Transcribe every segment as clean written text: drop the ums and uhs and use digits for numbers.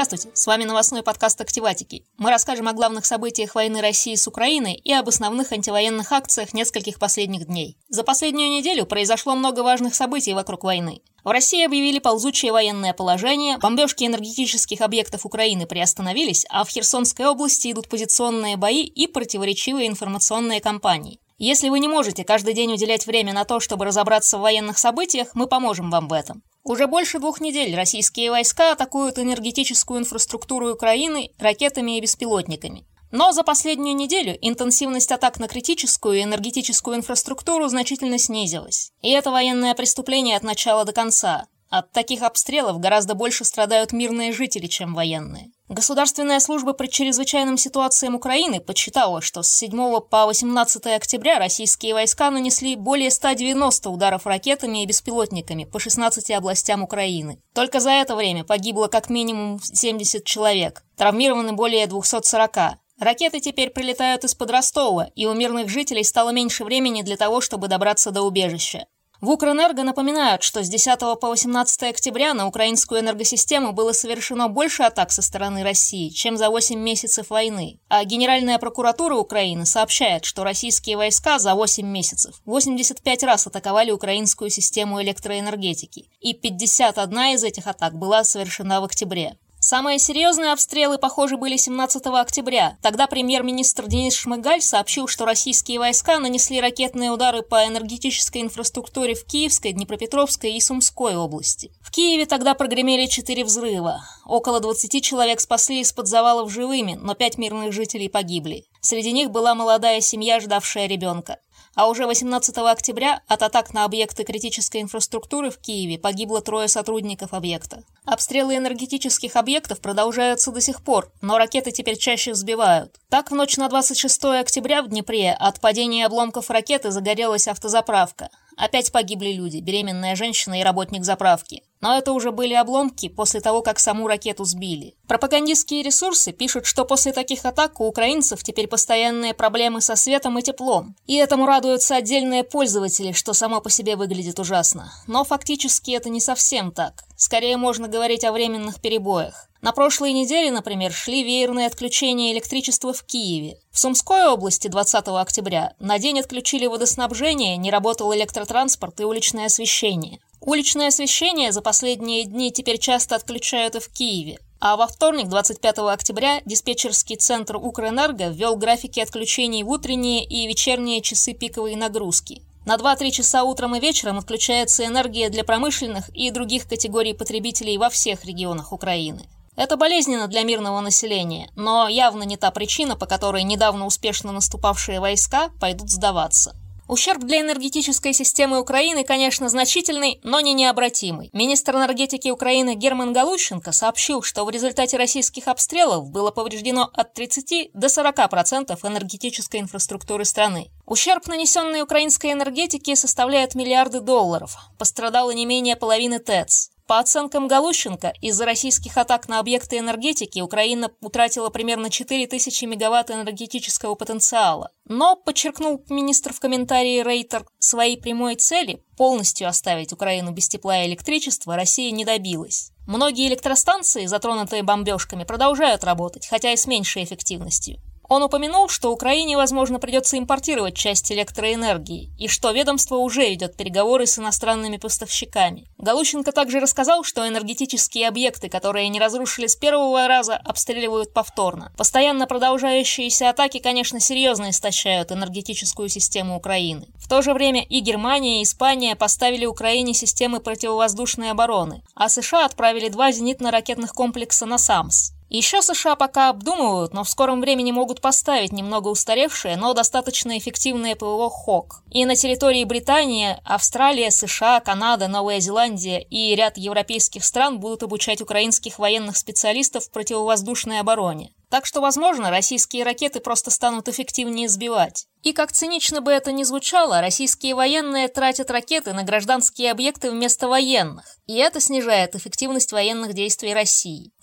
Здравствуйте, с вами новостной подкаст «Активатики». Мы расскажем о главных событиях войны России с Украиной и об основных антивоенных акциях нескольких последних дней. За последнюю неделю произошло много важных событий вокруг войны. В России объявили ползучее военное положение, бомбежки энергетических объектов Украины приостановились, а в Херсонской области идут позиционные бои и противоречивые информационные кампании. Если вы не можете каждый день уделять время на то, чтобы разобраться в военных событиях, мы поможем вам в этом. Уже больше 2 недель российские войска атакуют энергетическую инфраструктуру Украины ракетами и беспилотниками. Но за последнюю неделю интенсивность атак на критическую и энергетическую инфраструктуру значительно снизилась. И это военное преступление от начала до конца. От таких обстрелов гораздо больше страдают мирные жители, чем военные. Государственная служба по чрезвычайным ситуациям Украины подсчитала, что с 7 по 18 октября российские войска нанесли более 190 ударов ракетами и беспилотниками по 16 областям Украины. Только за это время погибло как минимум 70 человек, травмированы более 240. Ракеты теперь прилетают из-под Ростова, и у мирных жителей стало меньше времени для того, чтобы добраться до убежища. В Укрэнерго напоминают, что с 10 по 18 октября на украинскую энергосистему было совершено больше атак со стороны России, чем за 8 месяцев войны. А Генеральная прокуратура Украины сообщает, что российские войска за 8 месяцев 85 раз атаковали украинскую систему электроэнергетики, и 51 из этих атак была совершена в октябре. Самые серьезные обстрелы, похоже, были 17 октября. Тогда премьер-министр Денис Шмыгаль сообщил, что российские войска нанесли ракетные удары по энергетической инфраструктуре в Киевской, Днепропетровской и Сумской области. В Киеве тогда прогремели 4 взрыва. Около 20 человек спасли из-под завалов живыми, но 5 мирных жителей погибли. Среди них была молодая семья, ждавшая ребенка. А уже 18 октября от атак на объекты критической инфраструктуры в Киеве погибло 3 сотрудников объекта. Обстрелы энергетических объектов продолжаются до сих пор, но ракеты теперь чаще сбивают. Так, в ночь на 26 октября в Днепре от падения обломков ракеты загорелась автозаправка. Опять погибли люди, беременная женщина и работник заправки. Но это уже были обломки после того, как саму ракету сбили. Пропагандистские ресурсы пишут, что после таких атак у украинцев теперь постоянные проблемы со светом и теплом. И этому радуются отдельные пользователи, что само по себе выглядит ужасно. Но фактически это не совсем так. Скорее можно говорить о временных перебоях. На прошлой неделе, например, шли веерные отключения электричества в Киеве. В Сумской области 20 октября на день отключили водоснабжение, не работал электротранспорт и уличное освещение. Уличное освещение за последние дни теперь часто отключают и в Киеве. А во вторник, 25 октября, диспетчерский центр Укрэнерго ввел графики отключений в утренние и вечерние часы пиковой нагрузки. На 2-3 часа утром и вечером отключается энергия для промышленных и других категорий потребителей во всех регионах Украины. Это болезненно для мирного населения, но явно не та причина, по которой недавно успешно наступавшие войска пойдут сдаваться. Ущерб для энергетической системы Украины, конечно, значительный, но не необратимый. Министр энергетики Украины Герман Галущенко сообщил, что в результате российских обстрелов было повреждено от 30 до 40% энергетической инфраструктуры страны. Ущерб, нанесенный украинской энергетике, составляет миллиарды долларов. Пострадало не менее половины ТЭЦ. По оценкам Галущенко, из-за российских атак на объекты энергетики Украина утратила примерно 4000 мегаватт энергетического потенциала. Но, подчеркнул министр в комментарии Рейтер, своей прямой цели полностью оставить Украину без тепла и электричества Россия не добилась. Многие электростанции, затронутые бомбежками, продолжают работать, хотя и с меньшей эффективностью. Он упомянул, что Украине, возможно, придется импортировать часть электроэнергии, и что ведомство уже ведет переговоры с иностранными поставщиками. Галущенко также рассказал, что энергетические объекты, которые не разрушили с первого раза, обстреливают повторно. Постоянно продолжающиеся атаки, конечно, серьезно истощают энергетическую систему Украины. В то же время и Германия, и Испания поставили Украине системы противовоздушной обороны, а США отправили 2 зенитно-ракетных комплекса «Насамс». Еще США пока обдумывают, но в скором времени могут поставить немного устаревшее, но достаточно эффективное ПВО «Хок». И на территории Британии, Австралия, США, Канада, Новая Зеландия и ряд европейских стран будут обучать украинских военных специалистов в противовоздушной обороне. Так что, возможно, российские ракеты просто станут эффективнее сбивать. И как цинично бы это ни звучало, российские военные тратят ракеты на гражданские объекты вместо военных. И это снижает эффективность военных действий России. В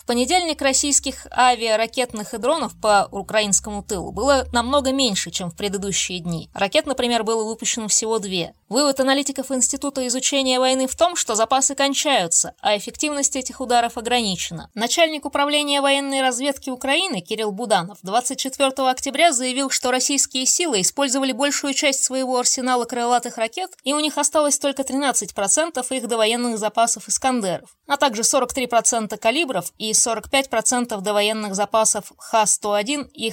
понедельник российских авиаракетных и дронов по украинскому тылу было намного меньше, чем в предыдущие дни. Ракет, например, было выпущено всего 2. Вывод аналитиков Института изучения войны в том, что запасы кончаются, а эффективность этих ударов ограничена. Начальник управления военной разведки Украины Кирилл Буданов 24 октября заявил, что российские силы использовали большую часть своего арсенала крылатых ракет, и у них осталось только 13% их довоенных запасов «Искандеров», а также 43% калибров и 45% довоенных запасов Х-101 и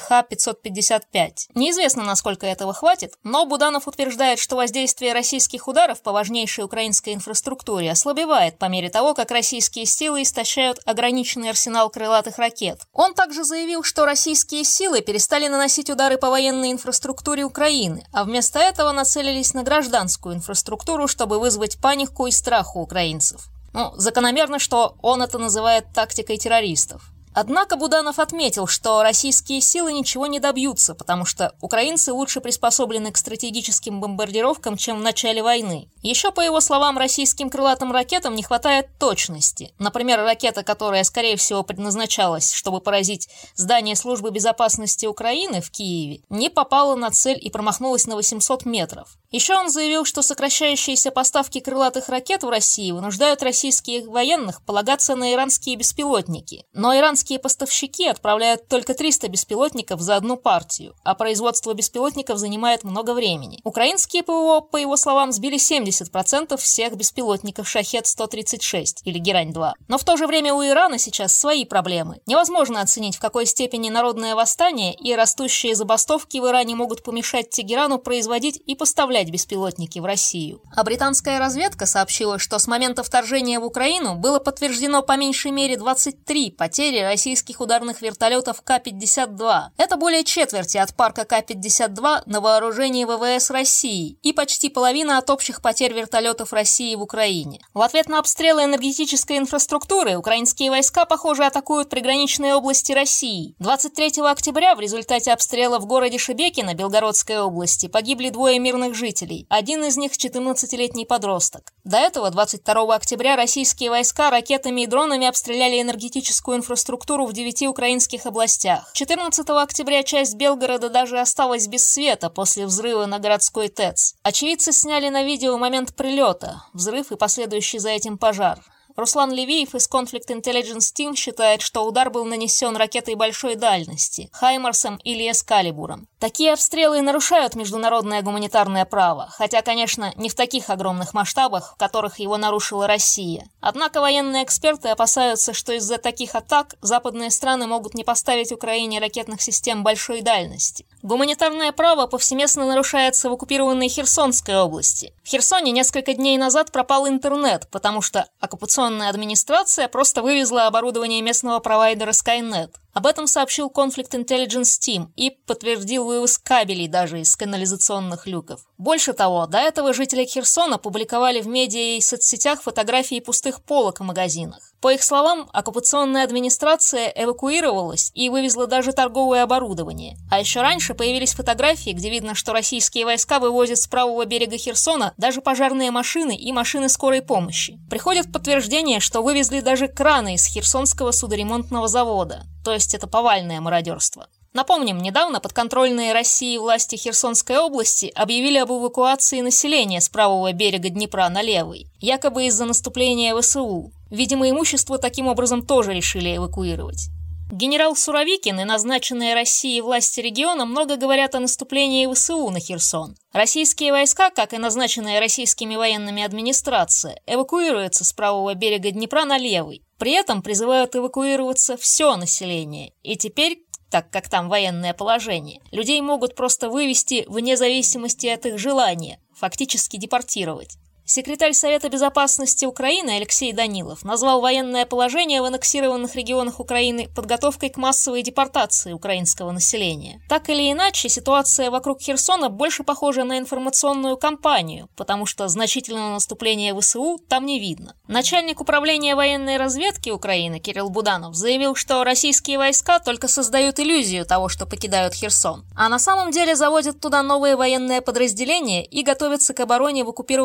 Х-555. Неизвестно, насколько этого хватит, но Буданов утверждает, что воздействие российских ударов по важнейшей украинской инфраструктуре ослабевает по мере того, как российские силы истощают ограниченный арсенал крылатых ракет. Он также заявил, что российские силы перестали наносить удары по военной инфраструктуре Украины, а вместо этого нацелились на гражданскую инфраструктуру, чтобы вызвать панику и страх у украинцев. Закономерно, что он это называет тактикой террористов. Однако Буданов отметил, что российские силы ничего не добьются, потому что украинцы лучше приспособлены к стратегическим бомбардировкам, чем в начале войны. Еще, по его словам, российским крылатым ракетам не хватает точности. Например, ракета, которая, скорее всего, предназначалась, чтобы поразить здание Службы безопасности Украины в Киеве, не попала на цель и промахнулась на 800 метров. Еще он заявил, что сокращающиеся поставки крылатых ракет в России вынуждают российских военных полагаться на иранские беспилотники. Но иранские поставщики отправляют только 300 беспилотников за одну партию, а производство беспилотников занимает много времени. Украинские ПВО, по его словам, сбили 70% всех беспилотников «Шахед-136» или «Герань-2». Но в то же время у Ирана сейчас свои проблемы. Невозможно оценить, в какой степени народное восстание и растущие забастовки в Иране могут помешать Тегерану производить и поставлять беспилотники в Россию. А британская разведка сообщила, что с момента вторжения в Украину было подтверждено по меньшей мере 23 потери российских ударных вертолетов К-52. Это более четверти от парка К-52 на вооружении ВВС России и почти половина от общих потерь вертолетов России в Украине. В ответ на обстрелы энергетической инфраструктуры украинские войска, похоже, атакуют приграничные области России. 23 октября в результате обстрела в городе Шебекино Белгородской области погибли 2 мирных жителей. Один из них 14-летний подросток. До этого 22 октября российские войска ракетами и дронами обстреляли энергетическую инфраструктуру в 9 украинских областях. 14 октября часть Белгорода даже осталась без света после взрыва на городской ТЭЦ. Очевидцы сняли на видео момент прилета, взрыв и последующий за этим пожар. Руслан Левиев из Conflict Intelligence Team считает, что удар был нанесен ракетой большой дальности, Хаймарсом или Эскалибуром. Такие обстрелы нарушают международное гуманитарное право, хотя, конечно, не в таких огромных масштабах, в которых его нарушила Россия. Однако военные эксперты опасаются, что из-за таких атак западные страны могут не поставить Украине ракетных систем большой дальности. Гуманитарное право повсеместно нарушается в оккупированной Херсонской области. В Херсоне несколько дней назад пропал интернет, потому что оккупационная администрация просто вывезла оборудование местного провайдера Skynet. Об этом сообщил Conflict Intelligence Team и подтвердил вывоз кабелей даже из канализационных люков. Больше того, до этого жители Херсона публиковали в медиа и соцсетях фотографии пустых полок в магазинах. По их словам, оккупационная администрация эвакуировалась и вывезла даже торговое оборудование. А еще раньше появились фотографии, где видно, что российские войска вывозят с правого берега Херсона даже пожарные машины и машины скорой помощи. Приходят подтверждения, что вывезли даже краны из Херсонского судоремонтного завода. То есть это повальное мародерство. Напомним, недавно подконтрольные России власти Херсонской области объявили об эвакуации населения с правого берега Днепра на левый, якобы из-за наступления ВСУ. Видимо, имущество таким образом тоже решили эвакуировать. Генерал Суровикин и назначенные Россией власти региона много говорят о наступлении ВСУ на Херсон. Российские войска, как и назначенная российскими военными администрация, эвакуируются с правого берега Днепра на левый. При этом призывают эвакуироваться все население. И теперь, так как там военное положение, людей могут просто вывести вне зависимости от их желания, фактически депортировать. Секретарь Совета безопасности Украины Алексей Данилов назвал военное положение в аннексированных регионах Украины подготовкой к массовой депортации украинского населения. Так или иначе, ситуация вокруг Херсона больше похожа на информационную кампанию, потому что значительного наступления ВСУ там не видно. Начальник управления военной разведки Украины Кирилл Буданов заявил, что российские войска только создают иллюзию того, что покидают Херсон, а на самом деле заводят туда новые военные подразделения и готовятся к обороне в оккупированном областном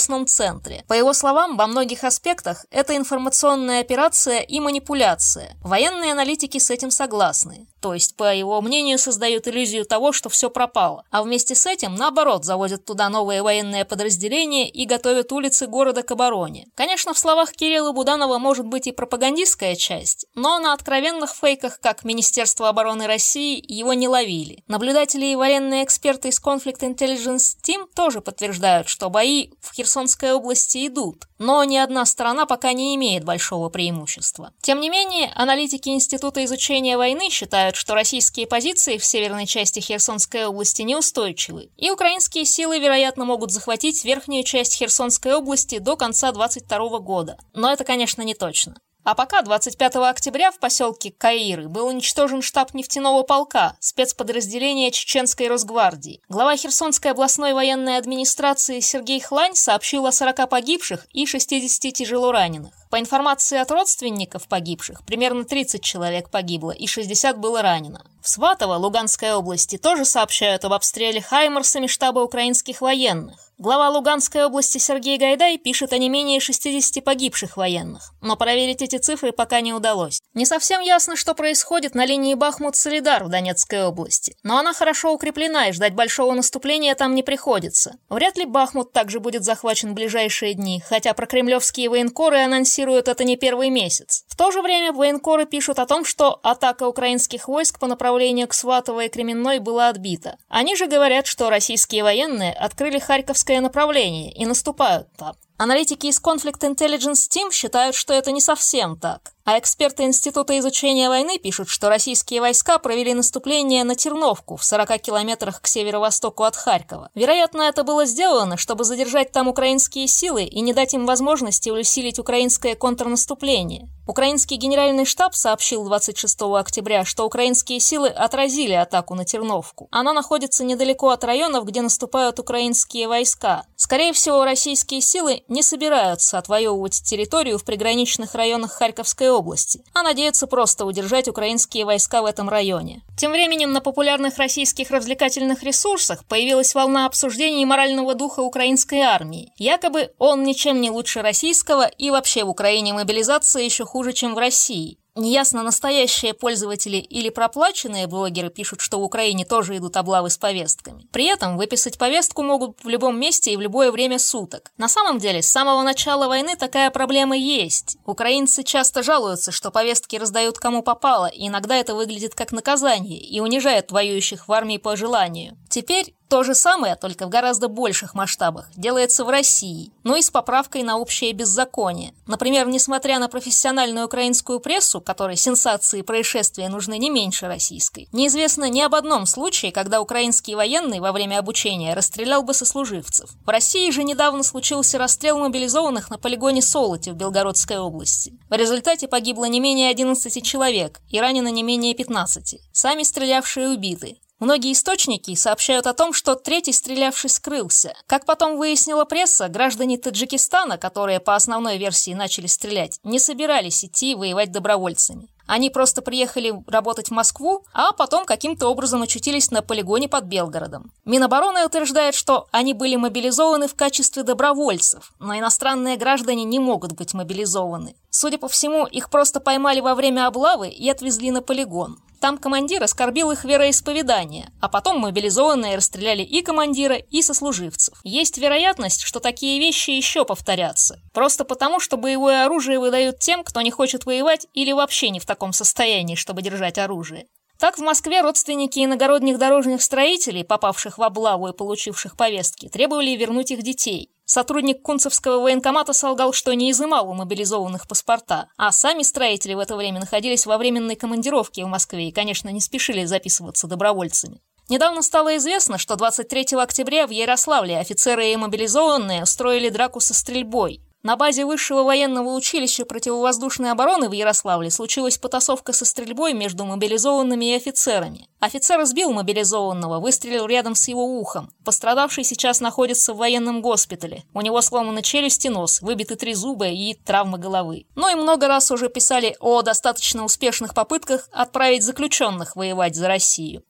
областном центре. По его словам, во многих аспектах это информационная операция и манипуляция. Военные аналитики с этим согласны. То есть, по его мнению, создают иллюзию того, что все пропало. А вместе с этим, наоборот, заводят туда новые военные подразделения и готовят улицы города к обороне. Конечно, в словах Кирилла Буданова может быть и пропагандистская часть, но на откровенных фейках, как Министерство обороны России, его не ловили. Наблюдатели и военные эксперты из Conflict Intelligence Team тоже подтверждают, что бои в Херсонской области идут, но ни одна сторона пока не имеет большого преимущества. Тем не менее, аналитики Института изучения войны считают, что российские позиции в северной части Херсонской области неустойчивы, и украинские силы, вероятно, могут захватить верхнюю часть Херсонской области до конца 2022 года. Но это, конечно, не точно. А пока 25 октября в поселке Каиры был уничтожен штаб нефтяного полка, спецподразделения Чеченской Росгвардии. Глава Херсонской областной военной администрации Сергей Хлань сообщил о 40 погибших и 60 тяжело раненых. По информации от родственников погибших, примерно 30 человек погибло и 60 было ранено. В Сватово, Луганской области, тоже сообщают об обстреле хаймарсами штаба украинских военных. Глава Луганской области Сергей Гайдай пишет о не менее 60 погибших военных, но проверить эти цифры пока не удалось. Не совсем ясно, что происходит на линии Бахмут-Солидар в Донецкой области, но она хорошо укреплена и ждать большого наступления там не приходится. Вряд ли Бахмут также будет захвачен в ближайшие дни, хотя прокремлевские военкоры анонсируют это не первый месяц. В то же время военкоры пишут о том, что атака украинских войск по направлению к Сватово и Кременной была отбита. Они же говорят, что российские военные открыли Харьковское направление и наступают там. Аналитики из Conflict Intelligence Team считают, что это не совсем так. А эксперты Института изучения войны пишут, что российские войска провели наступление на Терновку в 40 километрах к северо-востоку от Харькова. Вероятно, это было сделано, чтобы задержать там украинские силы и не дать им возможности усилить украинское контрнаступление. Украинский генеральный штаб сообщил 26 октября, что украинские силы отразили атаку на Терновку. Она находится недалеко от районов, где наступают украинские войска. Скорее всего, российские силы не собираются отвоевывать территорию в приграничных районах Харьковской области, а надеются просто удержать украинские войска в этом районе. Тем временем на популярных российских развлекательных ресурсах появилась волна обсуждений морального духа украинской армии. Якобы он ничем не лучше российского, и вообще в Украине мобилизация еще хуже, чем в России. Неясно, настоящие пользователи или проплаченные блогеры пишут, что в Украине тоже идут облавы с повестками. При этом выписать повестку могут в любом месте и в любое время суток. На самом деле, с самого начала войны такая проблема есть. Украинцы часто жалуются, что повестки раздают кому попало, и иногда это выглядит как наказание и унижает воюющих в армии по желанию. Теперь то же самое, только в гораздо больших масштабах, делается в России, но и с поправкой на общее беззаконие. Например, несмотря на профессиональную украинскую прессу, которой сенсации и происшествия нужны не меньше российской, неизвестно ни об одном случае, когда украинский военный во время обучения расстрелял бы сослуживцев. В России же недавно случился расстрел мобилизованных на полигоне Солоти в Белгородской области. В результате погибло не менее 11 человек и ранено не менее 15. Сами стрелявшие убиты. Многие источники сообщают о том, что третий стрелявший скрылся. Как потом выяснила пресса, граждане Таджикистана, которые по основной версии начали стрелять, не собирались идти воевать добровольцами. Они просто приехали работать в Москву, а потом каким-то образом очутились на полигоне под Белгородом. Минобороны утверждает, что они были мобилизованы в качестве добровольцев, но иностранные граждане не могут быть мобилизованы. Судя по всему, их просто поймали во время облавы и отвезли на полигон. Там командир оскорбил их вероисповедание, а потом мобилизованные расстреляли и командира, и сослуживцев. Есть вероятность, что такие вещи еще повторятся. Просто потому, что боевое оружие выдают тем, кто не хочет воевать или вообще не в таком состоянии, чтобы держать оружие. Так в Москве родственники иногородних дорожных строителей, попавших в облаву и получивших повестки, требовали вернуть их детей. Сотрудник Кунцевского военкомата солгал, что не изымал у мобилизованных паспорта, а сами строители в это время находились во временной командировке в Москве и, конечно, не спешили записываться добровольцами. Недавно стало известно, что 23 октября в Ярославле офицеры и мобилизованные устроили драку со стрельбой. На базе Высшего военного училища противовоздушной обороны в Ярославле случилась потасовка со стрельбой между мобилизованными и офицерами. Офицер сбил мобилизованного, выстрелил рядом с его ухом. Пострадавший сейчас находится в военном госпитале. У него сломаны челюсть и нос, выбиты 3 зуба и травмы головы. Ну и много раз уже писали о достаточно успешных попытках отправить заключенных воевать за Россию.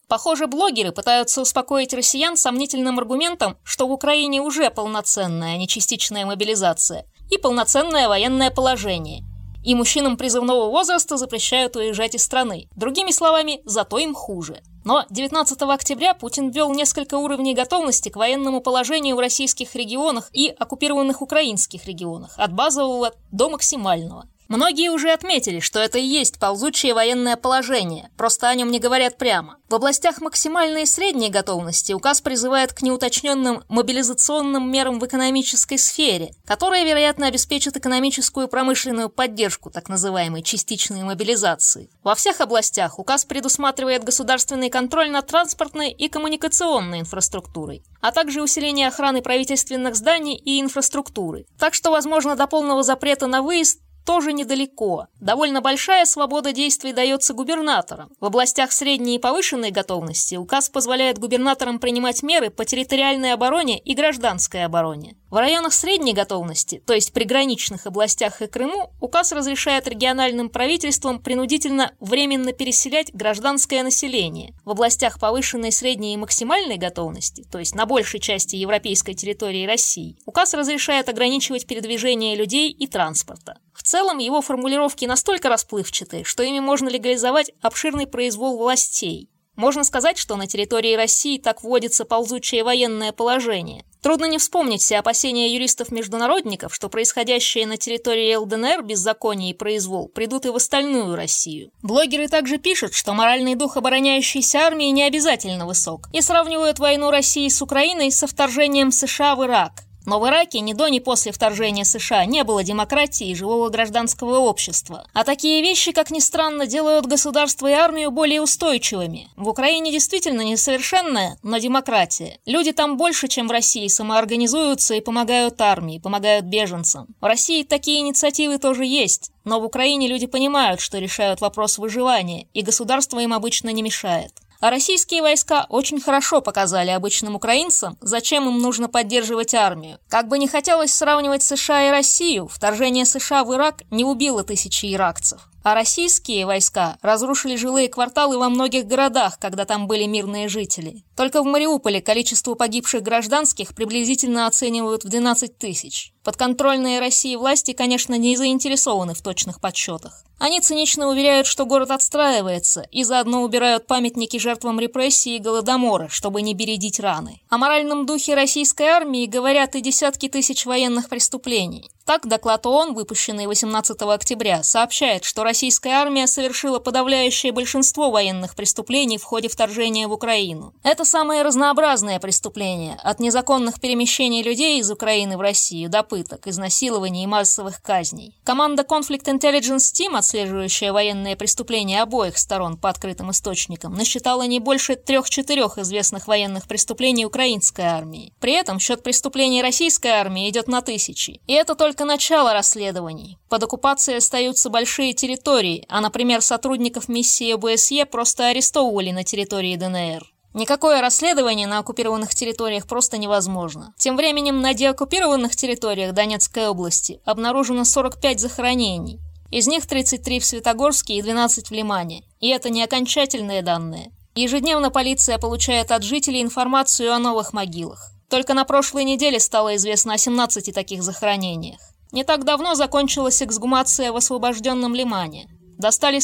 Похоже, блогеры пытаются успокоить россиян сомнительным аргументом, что в Украине уже полноценная, а не частичная мобилизация и полноценное военное положение. И мужчинам призывного возраста запрещают уезжать из страны. Другими словами, зато им хуже. Но 19 октября Путин ввел несколько уровней готовности к военному положению в российских регионах и оккупированных украинских регионах, от базового до максимального. Многие уже отметили, что это и есть ползучее военное положение, просто о нем не говорят прямо. В областях максимальной и средней готовности указ призывает к неуточненным мобилизационным мерам в экономической сфере, которые, вероятно, обеспечат экономическую и промышленную поддержку так называемой частичной мобилизации. Во всех областях указ предусматривает государственный контроль над транспортной и коммуникационной инфраструктурой, а также усиление охраны правительственных зданий и инфраструктуры. Так что, возможно, до полного запрета на выезд тоже недалеко. Довольно большая свобода действий дается губернаторам. В областях средней и повышенной готовности указ позволяет губернаторам принимать меры по территориальной обороне и гражданской обороне. В районах средней готовности, то есть приграничных областях и Крыму, указ разрешает региональным правительствам принудительно временно переселять гражданское население. В областях повышенной, средней и максимальной готовности, то есть на большей части европейской территории России, указ разрешает ограничивать передвижение людей и транспорта. В целом, его формулировки настолько расплывчатые, что ими можно легализовать обширный произвол властей. Можно сказать, что на территории России так вводится ползучее военное положение. Трудно не вспомнить все опасения юристов-международников, что происходящее на территории ЛДНР беззаконие и произвол придут и в остальную Россию. Блогеры также пишут, что моральный дух обороняющейся армии не обязательно высок, и сравнивают войну России с Украиной со вторжением США в Ирак. Но в Ираке ни до, ни после вторжения США не было демократии и живого гражданского общества. А такие вещи, как ни странно, делают государство и армию более устойчивыми. В Украине действительно несовершенная, но демократия. Люди там больше, чем в России, самоорганизуются и помогают армии, помогают беженцам. В России такие инициативы тоже есть. Но в Украине люди понимают, что решают вопрос выживания, и государство им обычно не мешает. А российские войска очень хорошо показали обычным украинцам, зачем им нужно поддерживать армию. Как бы не хотелось сравнивать США и Россию, вторжение США в Ирак не убило тысячи иракцев. А российские войска разрушили жилые кварталы во многих городах, когда там были мирные жители. Только в Мариуполе количество погибших гражданских приблизительно оценивают в 12 тысяч. Подконтрольные России власти, конечно, не заинтересованы в точных подсчетах. Они цинично уверяют, что город отстраивается, и заодно убирают памятники жертвам репрессий и голодомора, чтобы не бередить раны. О моральном духе российской армии говорят и десятки тысяч военных преступлений. Так, доклад ООН, выпущенный 18 октября, сообщает, что российская армия совершила подавляющее большинство военных преступлений в ходе вторжения в Украину. Это самые разнообразные преступления, от незаконных перемещений людей из Украины в Россию до пыток, изнасилований и массовых казней. Команда Conflict Intelligence Team, отслеживающая военные преступления обоих сторон по открытым источникам, насчитала не больше 3-4 известных военных преступлений украинской армии. При этом счет преступлений российской армии идет на тысячи. И это только начало расследований. Под оккупацией остаются большие территории, а, например, сотрудников миссии ОБСЕ просто арестовывали на территории ДНР. Никакое расследование на оккупированных территориях просто невозможно. Тем временем на деоккупированных территориях Донецкой области обнаружено 45 захоронений. Из них 33 в Светогорске и 12 в Лимане. И это не окончательные данные. Ежедневно полиция получает от жителей информацию о новых могилах. Только на прошлой неделе стало известно о 17 таких захоронениях. Не так давно закончилась эксгумация в освобожденном Лимане. Достали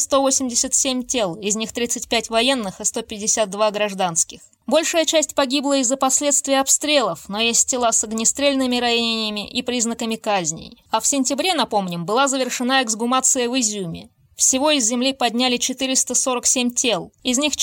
187 тел, из них 35 военных и 152 гражданских. Большая часть погибла из-за последствий обстрелов, но есть тела с огнестрельными ранениями и признаками казней. А в сентябре, напомним, была завершена эксгумация в Изюме. Всего из земли подняли 447 тел. Из них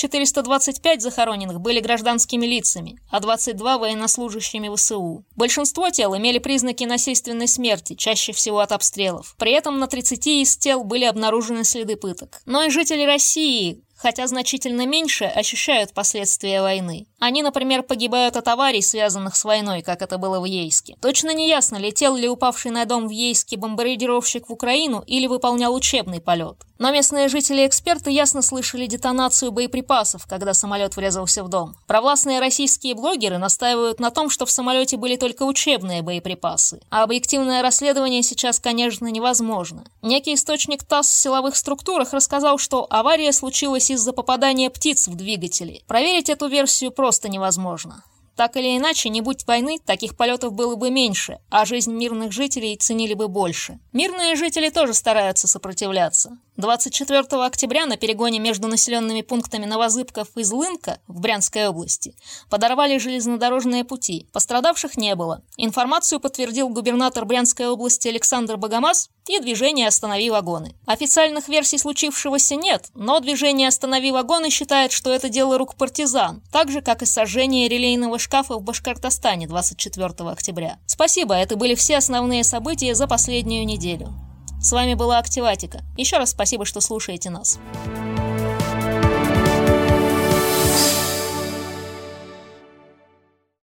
425 захороненных были гражданскими лицами, а 22 военнослужащими ВСУ. Большинство тел имели признаки насильственной смерти, чаще всего от обстрелов. При этом на 30 из тел были обнаружены следы пыток. Но и жители России, хотя значительно меньше, ощущают последствия войны. Они, например, погибают от аварий, связанных с войной, как это было в Ейске. Точно не ясно, летел ли упавший на дом в Ейске бомбардировщик в Украину или выполнял учебный полет. Но местные жители и эксперты ясно слышали детонацию боеприпасов, когда самолет врезался в дом. Провластные российские блогеры настаивают на том, что в самолете были только учебные боеприпасы, а объективное расследование сейчас, конечно, невозможно. Некий источник ТАСС в силовых структурах рассказал, что авария случилась из-за попадания птиц в двигатели. Проверить эту версию просто невозможно. Так или иначе, не будь войны, таких полетов было бы меньше, а жизнь мирных жителей ценили бы больше. Мирные жители тоже стараются сопротивляться. 24 октября на перегоне между населенными пунктами Новозыбков и Злынка в Брянской области подорвали железнодорожные пути. Пострадавших не было. Информацию подтвердил губернатор Брянской области Александр Богомаз, и движение «Останови вагоны». Официальных версий случившегося нет, но движение «Останови вагоны» считает, что это дело рук партизан, так же, как и сожжение релейного шкафа в Башкортостане 24 октября. Спасибо, это были все основные события за последнюю неделю. С вами была Активатика. Еще раз спасибо, что слушаете нас.